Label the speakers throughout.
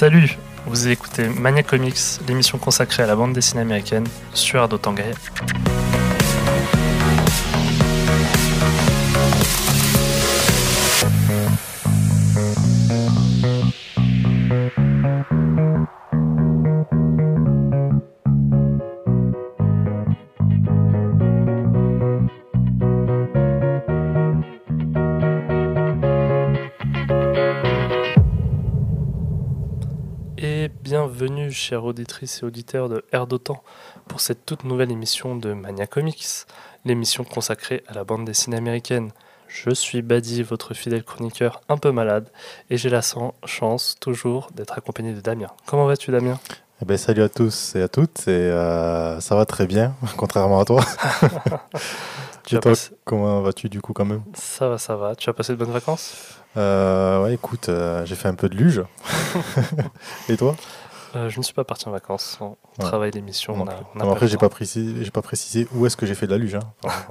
Speaker 1: Salut, vous écoutez Mania Comics, l'émission consacrée à la bande dessinée américaine sur Erdo Tanguay. Bienvenue chères auditrices et auditeurs de Erdo Temps pour cette toute nouvelle émission de Mania Comics, l'émission consacrée à la bande dessinée américaine. Je suis Badi, votre fidèle chroniqueur un peu malade, et j'ai la chance toujours d'être accompagné de Damien. Comment vas-tu Damien ?
Speaker 2: Salut à tous et à toutes, et ça va très bien, contrairement à toi. Et toi, comment vas-tu du coup quand même ?
Speaker 1: Ça va. Tu as passé de bonnes vacances ?
Speaker 2: Ouais, écoute, j'ai fait un peu de luge. Et toi ?
Speaker 1: Je ne suis pas parti en vacances, on travaille l'émission.
Speaker 2: Après, j'ai pas précisé où est-ce que j'ai fait de la luge.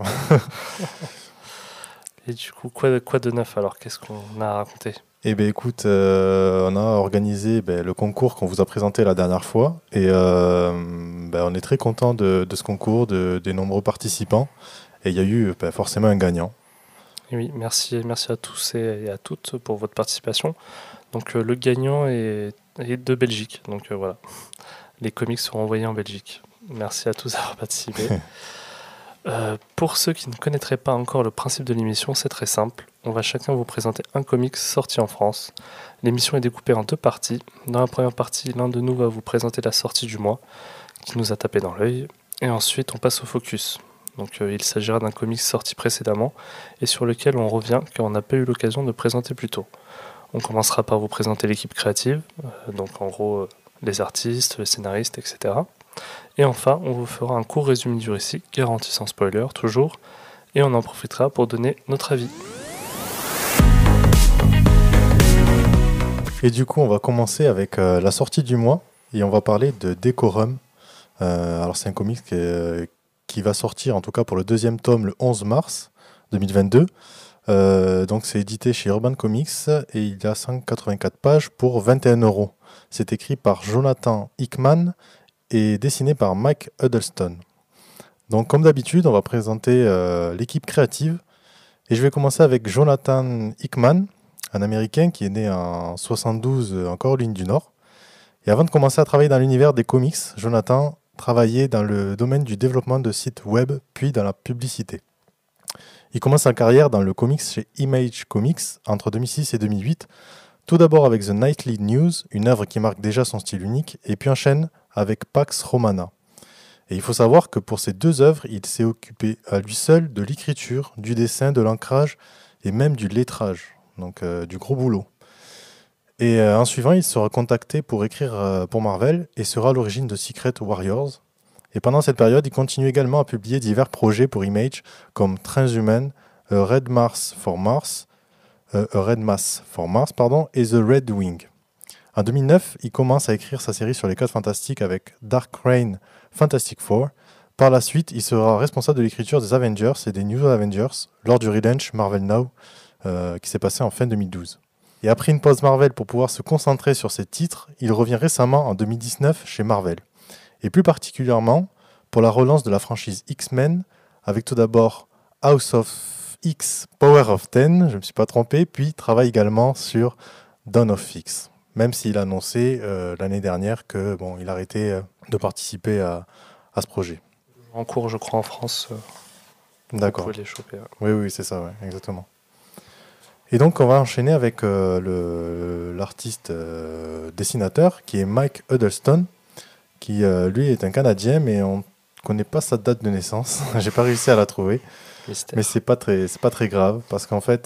Speaker 1: Et du coup, quoi de neuf alors ? Qu'est-ce qu'on a à raconter ?
Speaker 2: Écoute, on a organisé le concours qu'on vous a présenté la dernière fois, et on est très content de ce concours, des nombreux participants, et il y a eu forcément un gagnant.
Speaker 1: Et oui, merci à tous et à toutes pour votre participation. Donc le gagnant est de Belgique, donc voilà. Les comics seront envoyés en Belgique. Merci à tous d'avoir participé. Pour ceux qui ne connaîtraient pas encore le principe de l'émission, c'est très simple. On va chacun vous présenter un comics sorti en France. L'émission est découpée en deux parties. Dans la première partie, l'un de nous va vous présenter la sortie du mois, qui nous a tapé dans l'œil. Et ensuite, on passe au focus. Donc il s'agira d'un comics sorti précédemment et sur lequel on revient car on n'a pas eu l'occasion de présenter plus tôt. On commencera par vous présenter l'équipe créative, donc en gros les artistes, les scénaristes, etc. Et enfin, on vous fera un court résumé du récit, garanti sans spoiler, toujours, et on en profitera pour donner notre avis.
Speaker 2: Et du coup, on va commencer avec la sortie du mois, et on va parler de Decorum. Alors c'est un comics qui va sortir, en tout cas pour le deuxième tome, le 11 mars 2022. Donc c'est édité chez Urban Comics, et il y a 184 pages pour 21 €. C'est écrit par Jonathan Hickman et dessiné par Mike Huddleston. Donc comme d'habitude, on va présenter l'équipe créative. Et je vais commencer avec Jonathan Hickman, un Américain qui est né en 72 en Caroline du Nord. Et avant de commencer à travailler dans l'univers des comics, Jonathan travaillait dans le domaine du développement de sites web, puis dans la publicité. Il commence sa carrière dans le comics chez Image Comics entre 2006 et 2008, tout d'abord avec The Nightly News, une œuvre qui marque déjà son style unique, et puis enchaîne avec Pax Romana. Et il faut savoir que pour ces deux œuvres, il s'est occupé à lui seul de l'écriture, du dessin, de l'ancrage et même du lettrage, donc du gros boulot. Et en suivant, il sera contacté pour écrire pour Marvel et sera à l'origine de Secret Warriors. Et pendant cette période, il continue également à publier divers projets pour Image comme Transhuman, A Red Mass for Mars, et The Red Wing. En 2009, il commence à écrire sa série sur les 4 Fantastiques avec Dark Reign Fantastic Four. Par la suite, il sera responsable de l'écriture des Avengers et des New Avengers lors du relaunch Marvel Now qui s'est passé en fin 2012. Et après une pause Marvel pour pouvoir se concentrer sur ses titres, il revient récemment en 2019 chez Marvel. Et plus particulièrement pour la relance de la franchise X-Men, avec tout d'abord House of X, Power of 10, je ne me suis pas trompé, puis travaille également sur Dawn of X, même s'il a annoncé l'année dernière qu'il arrêtait de participer à ce projet.
Speaker 1: En cours, je crois, en France.
Speaker 2: D'accord.
Speaker 1: Vous pouvez les choper.
Speaker 2: Oui, c'est ça, ouais, exactement. Et donc, on va enchaîner avec l'artiste dessinateur qui est Mike Huddleston, qui lui est un Canadien, mais on ne connaît pas sa date de naissance. J'ai pas réussi à la trouver.
Speaker 1: Mystère.
Speaker 2: Mais c'est pas très grave, parce qu'en fait,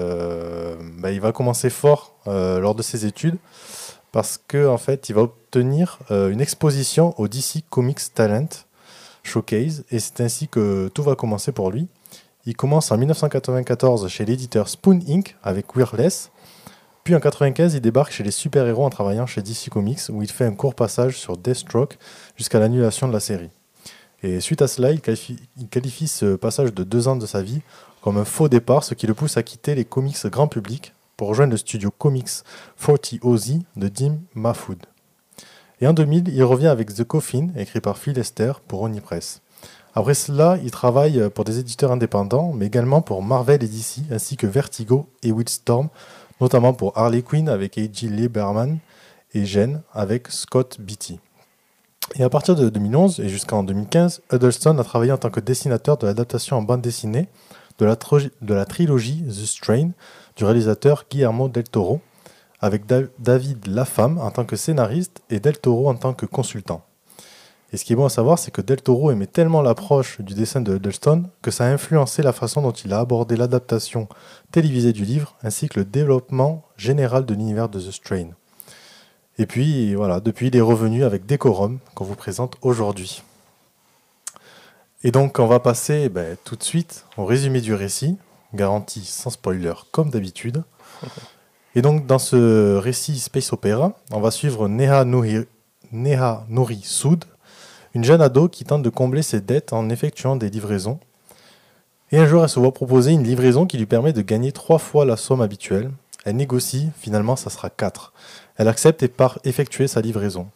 Speaker 2: il va commencer fort lors de ses études, parce que en fait, il va obtenir une exposition au DC Comics Talent Showcase, et c'est ainsi que tout va commencer pour lui. Il commence en 1994 chez l'éditeur Spoon Inc. avec Weirless. Puis en 1995, il débarque chez les super-héros en travaillant chez DC Comics, où il fait un court passage sur Deathstroke jusqu'à l'annulation de la série. Et suite à cela, il qualifie ce passage de 2 ans de sa vie comme un faux départ, ce qui le pousse à quitter les comics grand public pour rejoindre le studio Comics 40 OZ de Dim Mahfood. Et en 2000, il revient avec The Coffin, écrit par Phil Lester pour Onipress. Après cela, il travaille pour des éditeurs indépendants, mais également pour Marvel et DC, ainsi que Vertigo et Wildstorm, notamment pour Harley Quinn avec A.J. Lieberman et Jen avec Scott Beatty. Et à partir de 2011 et jusqu'en 2015, Huddleston a travaillé en tant que dessinateur de l'adaptation en bande dessinée de la trilogie The Strain du réalisateur Guillermo del Toro, avec David Lapham en tant que scénariste et Del Toro en tant que consultant. Et ce qui est bon à savoir, c'est que Del Toro aimait tellement l'approche du dessin de Huddleston que ça a influencé la façon dont il a abordé l'adaptation télévisée du livre, ainsi que le développement général de l'univers de The Strain. Et puis, voilà, depuis, il est revenu avec Decorum, qu'on vous présente aujourd'hui. Et donc, on va passer tout de suite au résumé du récit, garanti sans spoiler, comme d'habitude. Et donc, dans ce récit space opéra, on va suivre Neha Nouri Sood, une jeune ado qui tente de combler ses dettes en effectuant des livraisons. Et un jour, elle se voit proposer une livraison qui lui permet de gagner 3 fois la somme habituelle. Elle négocie, finalement, ça sera 4. Elle accepte et part effectuer sa livraison.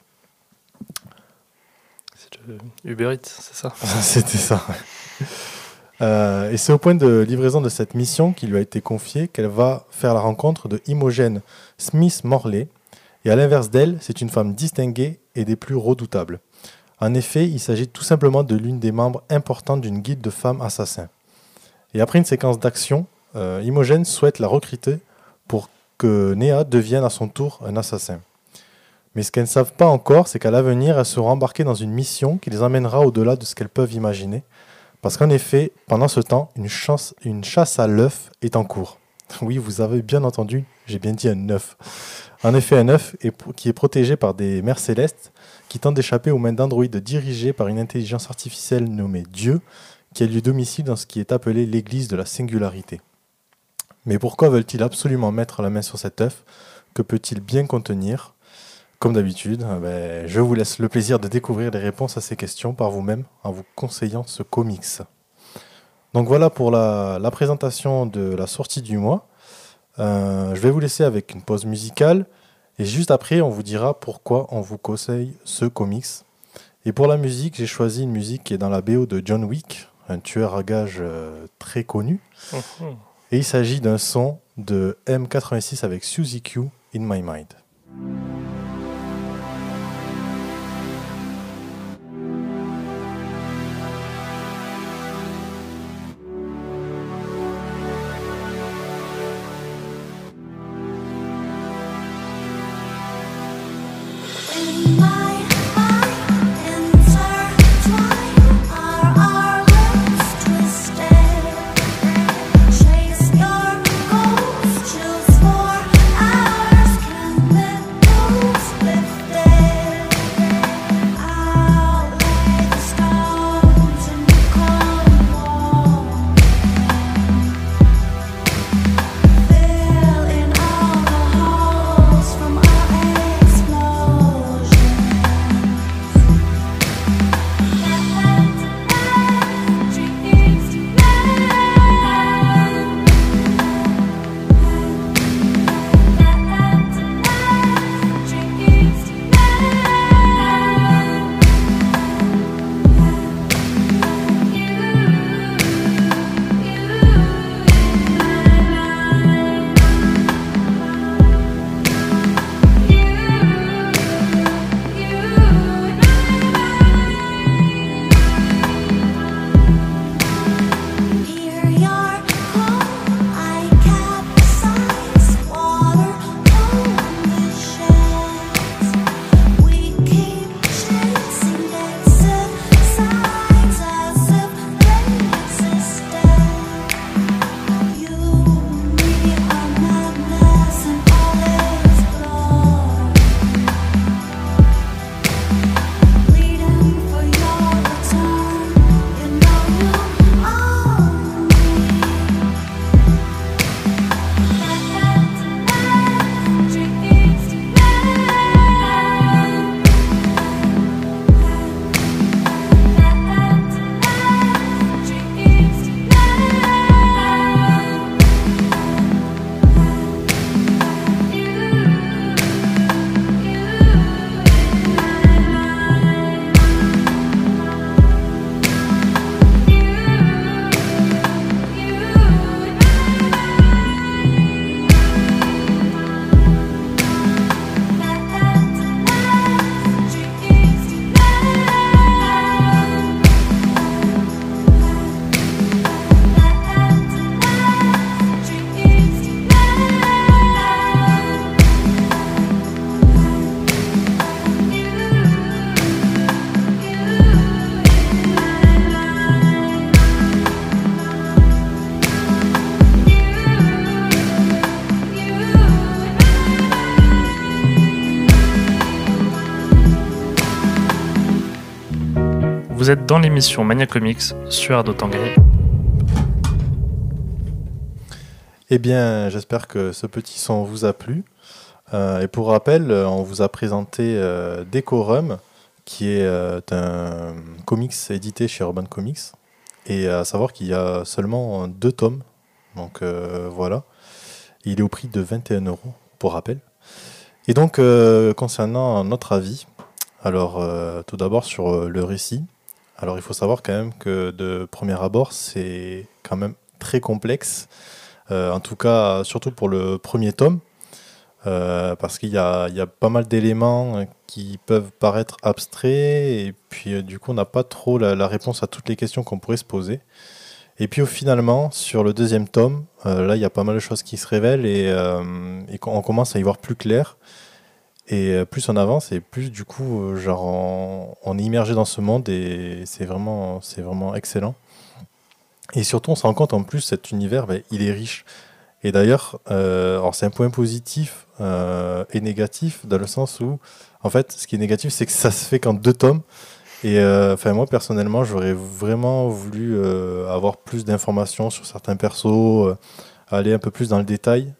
Speaker 1: C'est le Uber Eats, c'est ça?
Speaker 2: C'était ça. Et c'est au point de livraison de cette mission qui lui a été confiée qu'elle va faire la rencontre de Imogen Smith-Morley. Et à l'inverse d'elle, c'est une femme distinguée et des plus redoutables. En effet, il s'agit tout simplement de l'une des membres importantes d'une guilde de femmes assassins. Et après une séquence d'action, Imogen souhaite la recruter pour que Neha devienne à son tour un assassin. Mais ce qu'elles ne savent pas encore, c'est qu'à l'avenir, elles seront embarquées dans une mission qui les emmènera au-delà de ce qu'elles peuvent imaginer. Parce qu'en effet, pendant ce temps, une chasse à l'œuf est en cours. Oui, vous avez bien entendu, j'ai bien dit un œuf. En effet, un œuf qui est protégé par des mers célestes qui tentent d'échapper aux mains d'androïdes dirigés par une intelligence artificielle nommée Dieu, qui a lieu domicile dans ce qui est appelé l'église de la singularité. Mais pourquoi veulent-ils absolument mettre la main sur cet œuf? Que peut-il bien contenir? Comme d'habitude, je vous laisse le plaisir de découvrir les réponses à ces questions par vous-même en vous conseillant ce comics. Donc voilà pour la présentation de la sortie du mois. Je vais vous laisser avec une pause musicale et juste après on vous dira pourquoi on vous conseille ce comics. Et pour la musique, j'ai choisi une musique qui est dans la BO de John Wick, un tueur à gages très connu. Et il s'agit d'un son de M86 avec Suzy Q, In My Mind.
Speaker 3: Chase your ghost, chills for hours, can live.
Speaker 1: Vous êtes dans l'émission Mania Comics sur Ardo Tanguay.
Speaker 2: Eh bien, j'espère que ce petit son vous a plu. Et pour rappel, on vous a présenté Decorum, qui est un comics édité chez Urban Comics. Et à savoir qu'il y a seulement 2 tomes. Donc voilà. Il est au prix de 21 €, pour rappel. Et donc, concernant notre avis, alors tout d'abord sur le récit. Alors il faut savoir quand même que de premier abord, c'est quand même très complexe. En tout cas, surtout pour le premier tome. Parce qu'il y a pas mal d'éléments qui peuvent paraître abstraits et puis du coup on n'a pas trop la réponse à toutes les questions qu'on pourrait se poser. Et puis finalement sur le deuxième tome, là il y a pas mal de choses qui se révèlent et on commence à y voir plus clair. Et plus on avance et plus du coup genre on est immergé dans ce monde et c'est vraiment excellent. Et surtout on se rend compte en plus cet univers il est riche. Et d'ailleurs, alors c'est un point positif et négatif dans le sens où, en fait, ce qui est négatif, c'est que ça se fait qu'en 2 tomes. Et moi, personnellement, j'aurais vraiment voulu avoir plus d'informations sur certains persos, aller un peu plus dans le détail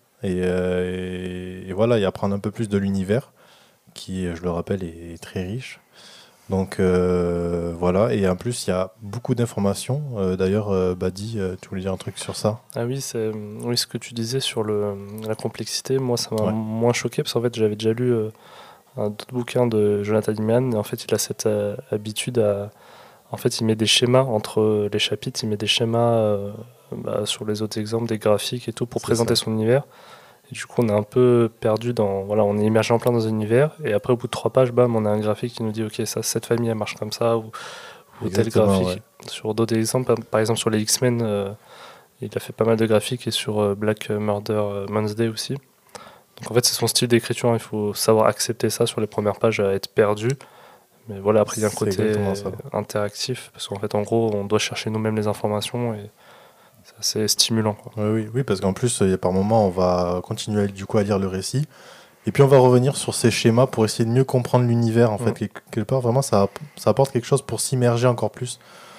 Speaker 2: et voilà, et apprendre un peu plus de l'univers, qui, je le rappelle, est très riche. Donc voilà, et en plus il y a beaucoup d'informations. D'ailleurs, Badi, tu voulais dire un truc sur ça?
Speaker 1: Ah oui, oui, ce que tu disais sur la complexité, moi ça m'a
Speaker 2: Ouais.
Speaker 1: moins choqué parce qu'en fait j'avais déjà lu un autre bouquin de Jonathan Hickman et en fait il a cette habitude à... En fait il met des schémas entre les chapitres, il met des schémas sur les autres exemples, des graphiques et tout pour
Speaker 2: C'est
Speaker 1: présenter
Speaker 2: ça.
Speaker 1: son univers. Et du coup on est un peu perdu dans... Voilà, on est immergé en plein dans un univers et après au bout de 3 pages, bam, on a un graphique qui nous dit ok, ça, cette famille elle marche comme ça ou tel
Speaker 2: Exactement,
Speaker 1: graphique.
Speaker 2: ouais.
Speaker 1: Sur d'autres exemples, par exemple sur les X-Men, il a fait pas mal de graphiques et sur Black Murder Monday aussi. Donc en fait c'est son style d'écriture, hein, il faut savoir accepter ça sur les premières pages à être perdu. Mais voilà, après il y a un
Speaker 2: C'est
Speaker 1: côté
Speaker 2: exactement ça.
Speaker 1: interactif, parce qu'en fait en gros on doit chercher nous-mêmes les informations et c'est assez stimulant, quoi.
Speaker 2: Oui, parce qu'en plus, par moment, on va continuer du coup à lire le récit. Et puis on va revenir sur ces schémas pour essayer de mieux comprendre l'univers. En fait, quelque part, vraiment, ça apporte quelque chose pour s'immerger encore plus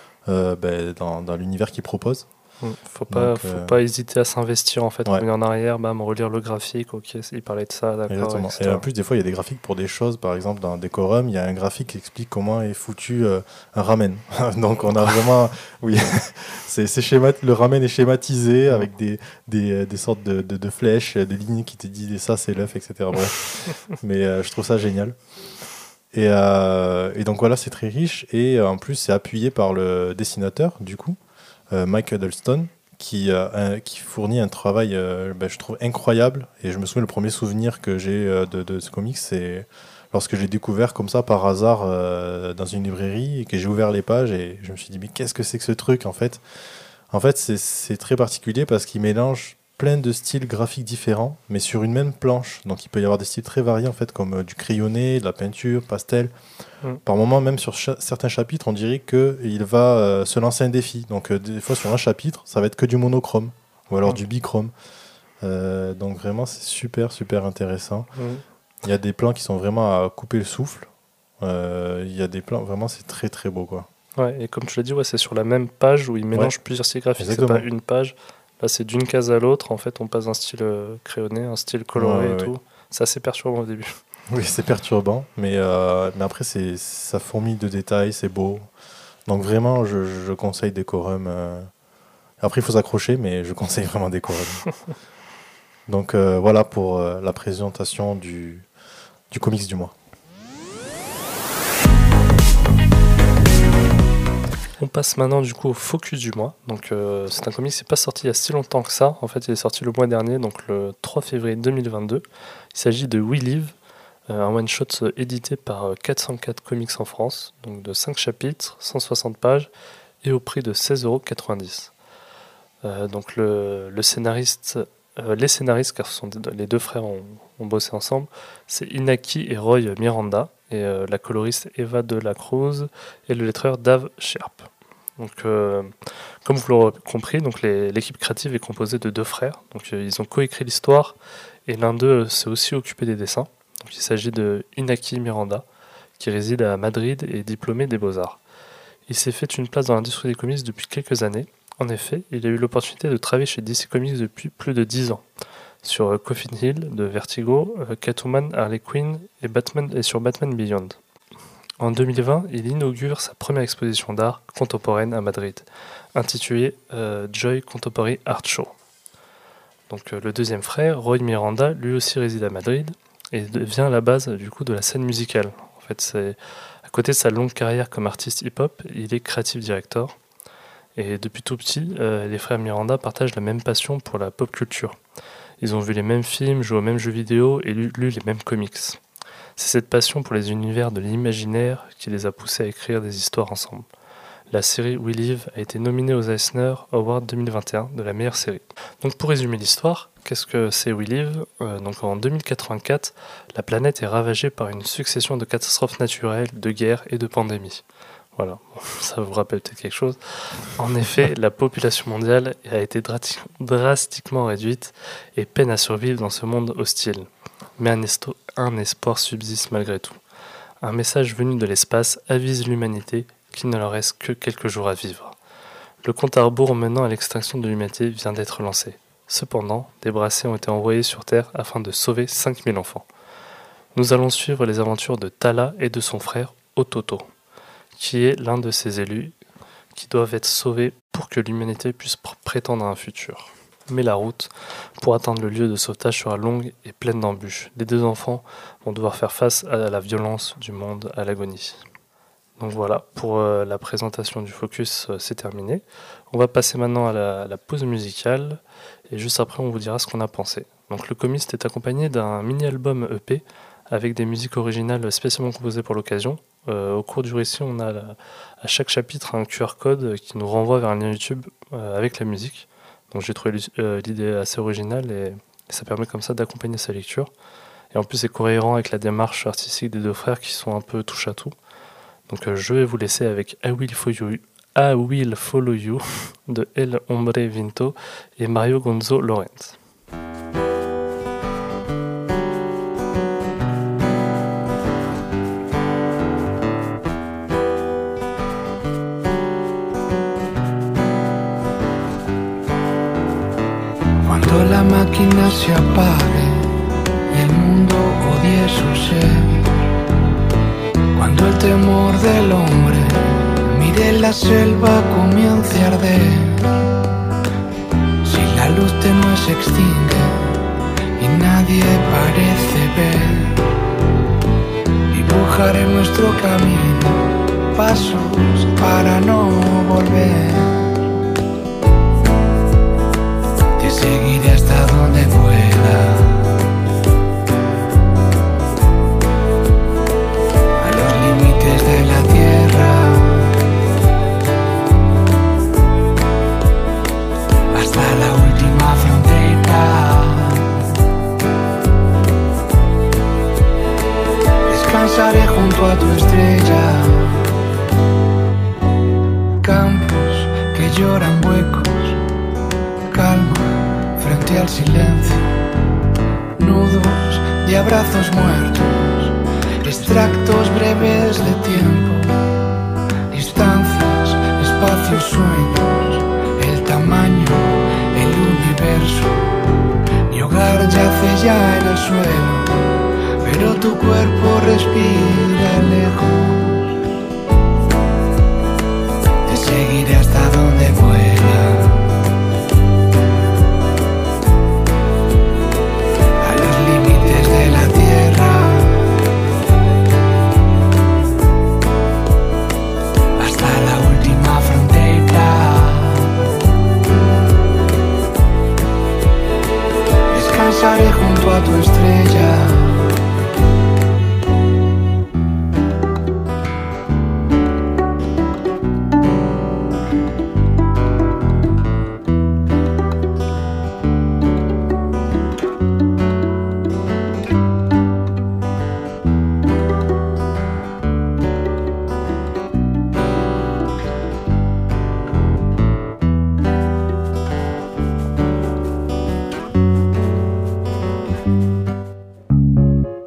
Speaker 2: dans l'univers qu'il propose.
Speaker 1: Faut
Speaker 2: Donc,
Speaker 1: pas hésiter à s'investir en fait,
Speaker 2: ouais.
Speaker 1: revenir en arrière, bam, relire le graphique, ok, il parlait de ça, d'accord,
Speaker 2: Exactement. Et
Speaker 1: etc.
Speaker 2: en plus, des fois, il y a des graphiques pour des choses. Par exemple, dans Decorum, il y a un graphique qui explique comment est foutu un ramen. Donc, on a vraiment. Oui, le ramen est schématisé avec des sortes de flèches, de lignes qui te disent ça, c'est l'œuf, etc. Bref. Mais je trouve ça génial. Et donc, voilà, c'est très riche. Et en plus, c'est appuyé par le dessinateur, du coup, Mike Huddleston, qui fournit un travail, je trouve, incroyable. Et je me souviens, le premier souvenir que j'ai de ce comics, c'est lorsque j'ai découvert comme ça, par hasard, dans une librairie, et que j'ai ouvert les pages, et je me suis dit, mais qu'est-ce que c'est que ce truc, en fait? En fait, c'est très particulier parce qu'il mélange plein de styles graphiques différents, mais sur une même planche. Donc il peut y avoir des styles très variés, en fait, comme du crayonné, de la peinture, pastel. Par moment, même sur certains chapitres, on dirait qu'il va se lancer un défi. Donc, des fois, sur un chapitre, ça va être que du monochrome ou alors du bichrome. Donc, vraiment, c'est super, super intéressant. Il y a des plans qui sont vraiment à couper le souffle. Il y a des plans, vraiment, c'est très, très beau, quoi.
Speaker 1: Ouais, et comme tu l'as dit, ouais, c'est sur la même page où il mélange plusieurs styles graphiques. C'est pas une page. Là, c'est d'une case à l'autre. En fait, on passe d'un style crayonné, un style coloré et tout. C'est assez perturbant au début.
Speaker 2: Oui, c'est perturbant, mais après, ça fourmille de détails, c'est beau. Donc vraiment, je conseille Decorum. Après, il faut s'accrocher, mais je conseille vraiment Decorum. Donc voilà pour la présentation du comics du mois.
Speaker 1: On passe maintenant du coup au focus du mois. Donc c'est un comics qui n'est pas sorti il y a si longtemps que ça. En fait, il est sorti le mois dernier, donc le 3 février 2022. Il s'agit de We Live, un one-shot édité par 404 Comics en France, donc de 5 chapitres, 160 pages, et au prix de 16,90 €. Donc les scénaristes, car ce sont les 2 frères ont bossé ensemble, c'est Inaki et Roy Miranda, et la coloriste Eva de la Cruz, et le lettreur Dave Sharp. Donc, comme vous l'aurez compris, donc l'équipe créative est composée de 2 frères. Donc, ils ont coécrit l'histoire et l'un d'eux s'est aussi occupé des dessins. Donc, il s'agit de Inaki Miranda, qui réside à Madrid et est diplômé des Beaux-Arts. Il s'est fait une place dans l'industrie des comics depuis quelques années. En effet, il a eu l'opportunité de travailler chez DC Comics depuis plus de 10 ans. Sur Coffin Hill de Vertigo, Catwoman, Harley Quinn et sur Batman Beyond. En 2020, il inaugure sa première exposition d'art contemporaine à Madrid, intitulée Joy Contemporary Art Show. Donc, le deuxième frère, Roy Miranda, lui aussi réside à Madrid et devient la base du coup de la scène musicale. En fait, c'est à côté de sa longue carrière comme artiste hip-hop, il est creative director. Et depuis tout petit, les frères Miranda partagent la même passion pour la pop culture. Ils ont vu les mêmes films, joué aux mêmes jeux vidéo et lu les mêmes comics. C'est cette passion pour les univers de l'imaginaire qui les a poussés à écrire des histoires ensemble. La série We Live a été nominée aux Eisner Awards 2021 de la meilleure série. Donc pour résumer l'histoire, qu'est-ce que c'est We Live ? Donc en 2084, la planète est ravagée par une succession de catastrophes naturelles, de guerres et de pandémies. Voilà, ça vous rappelle peut-être quelque chose. En effet, la population mondiale a été drastiquement réduite et peine à survivre dans ce monde hostile. Mais un espoir subsiste malgré tout. Un message venu de l'espace avise l'humanité qu'il ne leur reste que quelques jours à vivre. Le compte à rebours menant à l'extinction de l'humanité vient d'être lancé. Cependant, des bracelets ont été envoyés sur Terre afin de sauver 5000 enfants. Nous allons suivre les aventures de Tala et de son frère Ototo, qui est l'un de ces élus qui doivent être sauvés pour que l'humanité puisse prétendre à un futur. Mais la route pour atteindre le lieu de sauvetage sera longue et pleine d'embûches. Les deux enfants vont devoir faire face à la violence du monde, à l'agonie. Donc voilà, pour la présentation du Focus, c'est terminé. On va passer maintenant à la pause musicale et juste après on vous dira ce qu'on a pensé. Donc le comics est accompagné d'un mini-album EP avec des musiques originales spécialement composées pour l'occasion. Au cours du récit, on a à chaque chapitre un QR code qui nous renvoie vers un lien YouTube avec la musique. Donc j'ai trouvé l'idée assez originale et ça permet comme ça d'accompagner sa lecture. Et en plus c'est cohérent avec la démarche artistique des deux frères qui sont un peu touche à tout. Donc je vais vous laisser avec I Will Follow You de El Hombre Vinto et Mario Gonzo Lorente.
Speaker 3: Cuando la máquina se apague y el mundo odie su ser, cuando el temor del hombre mire la selva comience a arder, si la luz tenue se extingue y nadie parece ver, dibujaré nuestro camino, pasos para no volver. Seguiré hasta donde pueda, a los límites de la tierra, hasta la última frontera. Descansaré junto a tu estrella, campos que lloran huecos, calma frente al silencio, nudos de abrazos muertos, extractos breves de tiempo, distancias, espacios, sueños, el tamaño, el universo. Mi hogar yace ya en el suelo, pero tu cuerpo respira lejos. Te seguiré hasta donde pueda, de la tierra, hasta la última frontera. Descansaré junto a tu estrella.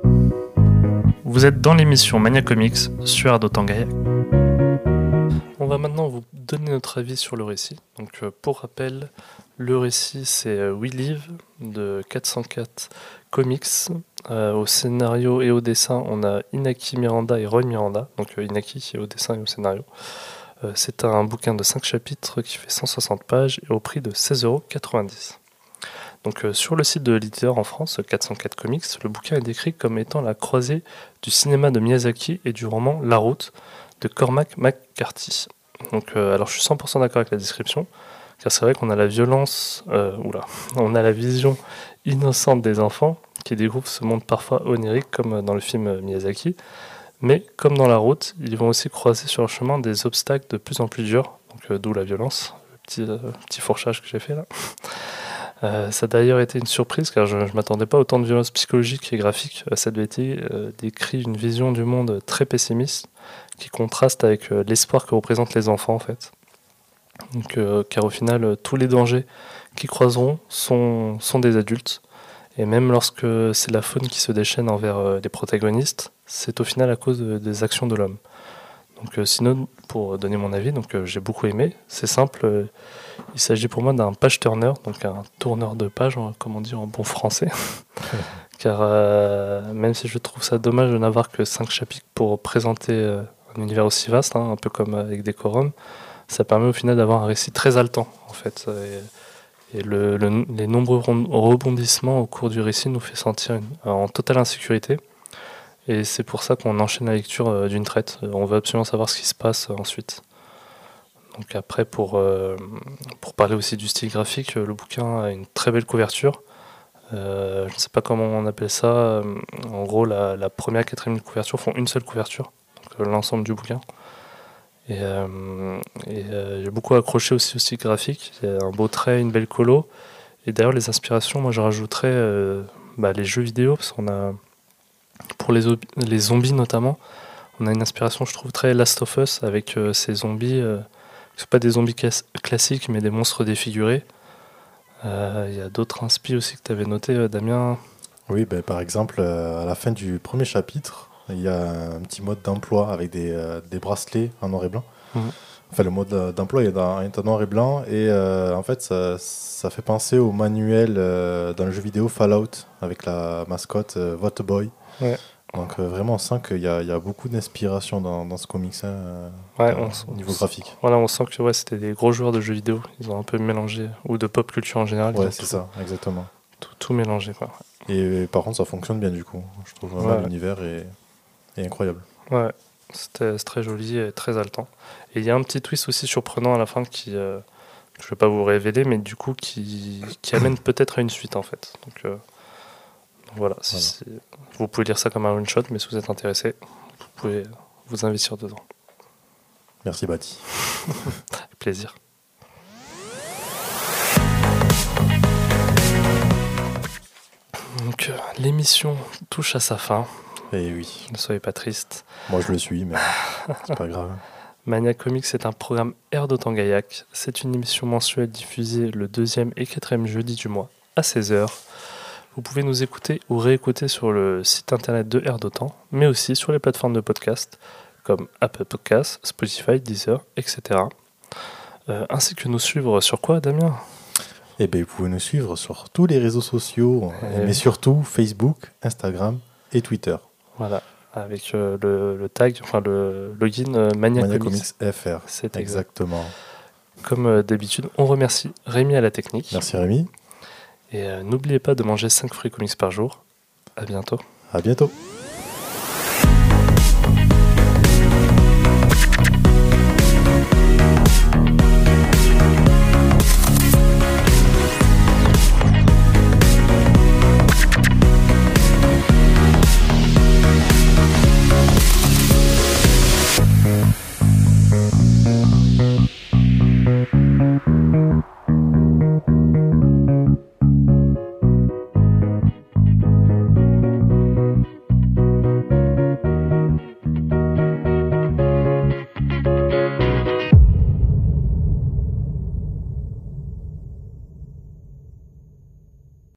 Speaker 1: Vous êtes dans l'émission Mania Comics sur Ado Tangaya. On va va maintenant vous donner notre avis sur le récit. Donc, pour rappel, le récit, c'est We Live de 404 Comics. Au scénario et au dessin, on a Inaki Miranda et Roy Miranda. Donc, Inaki qui est au dessin et au scénario. C'est un bouquin de 5 chapitres qui fait 160 pages et au prix de 16,90 €. Donc, sur le site de l'éditeur en France, 404 Comics, le bouquin est décrit comme étant la croisée du cinéma de Miyazaki et du roman La Route de Cormac McCarthy. Donc, alors je suis 100% d'accord avec la description, car c'est vrai qu'on a la violence, on a la vision innocente des enfants qui découvrent ce monde parfois onirique comme dans le film Miyazaki, mais comme dans La Route, ils vont aussi croiser sur le chemin des obstacles de plus en plus durs, donc d'où la violence, le petit fourchage que j'ai fait là. Ça a d'ailleurs été une surprise car je ne m'attendais pas à autant de violence psychologique et graphique. Cette BT décrit une vision du monde très pessimiste qui contraste avec l'espoir que représentent les enfants en fait. Donc, car au final, tous les dangers qu'ils croiseront sont des adultes. Et même lorsque c'est la faune qui se déchaîne envers les protagonistes, c'est au final à cause des actions de l'homme. Donc sinon, pour donner mon avis, j'ai beaucoup aimé. C'est simple, il s'agit pour moi d'un page turner, donc un tourneur de page, comme on dit en bon français. Car même si je trouve ça dommage de n'avoir que 5 chapitres pour présenter un univers aussi vaste, un peu comme avec Decorum, ça permet au final d'avoir un récit très haletant en fait. Et les nombreux rebondissements au cours du récit nous fait sentir en totale insécurité. Et c'est pour ça qu'on enchaîne la lecture d'une traite. On veut absolument savoir ce qui se passe ensuite. Donc après, pour parler aussi du style graphique, le bouquin a une très belle couverture. Je ne sais pas comment on appelle ça. En gros, la première et quatrième couverture font une seule couverture, donc l'ensemble du bouquin. Et j'ai beaucoup accroché aussi au style graphique. Il y a un beau trait, une belle colo. Et d'ailleurs, les inspirations, moi je rajouterais les jeux vidéo, parce qu'on a... Pour les zombies notamment, on a une inspiration je trouve très Last of Us avec ces zombies, qui ne sont pas des zombies classiques mais des monstres défigurés. Il y a d'autres inspi aussi que tu avais noté, Damien.
Speaker 2: Oui, par exemple, à la fin du premier chapitre, il y a un petit mode d'emploi avec des bracelets en noir et blanc. Enfin, le mode d'emploi est en noir et blanc et en fait, ça fait penser au manuel dans le jeu vidéo Fallout avec la mascotte Vote Boy.
Speaker 1: Ouais.
Speaker 2: Donc vraiment on sent qu'il y a beaucoup d'inspiration dans ce comics au niveau graphique.
Speaker 1: Voilà, on sent que c'était des gros joueurs de jeux vidéo, ils ont un peu mélangé, ou de pop culture en général.
Speaker 2: Ouais, c'est ça, exactement.
Speaker 1: Tout mélangé quoi.
Speaker 2: Et par contre ça fonctionne bien du coup, je trouve vraiment l'univers est incroyable.
Speaker 1: Ouais, c'est très joli et très haletant. Et il y a un petit twist aussi surprenant à la fin qui, je ne vais pas vous révéler, mais du coup qui amène peut-être à une suite en fait. Donc voilà. Vous pouvez lire ça comme un one-shot, mais si vous êtes intéressé, vous pouvez vous investir dedans.
Speaker 2: Merci Bati.
Speaker 1: Avec plaisir. Donc l'émission touche à sa fin.
Speaker 2: Et oui.
Speaker 1: Ne soyez pas triste.
Speaker 2: Moi je le suis, mais c'est pas grave.
Speaker 1: Mania Comics est un programme Air de Gaillac. C'est une émission mensuelle diffusée le 2e et 4e jeudi du mois à 16h. Vous pouvez nous écouter ou réécouter sur le site internet de Air d'Otan, mais aussi sur les plateformes de podcast comme Apple Podcasts, Spotify, Deezer, etc. Ainsi que nous suivre sur quoi, Damien ?
Speaker 2: Vous pouvez nous suivre sur tous les réseaux sociaux, mais surtout Facebook, Instagram et Twitter.
Speaker 1: Voilà, avec le tag, le login Mania
Speaker 2: Comics FR.
Speaker 1: C'est
Speaker 2: exactement.
Speaker 1: Comme d'habitude, on remercie Rémi à la technique.
Speaker 2: Merci Rémi.
Speaker 1: Et n'oubliez pas de manger 5 fruits comics par jour. À bientôt.
Speaker 2: À bientôt.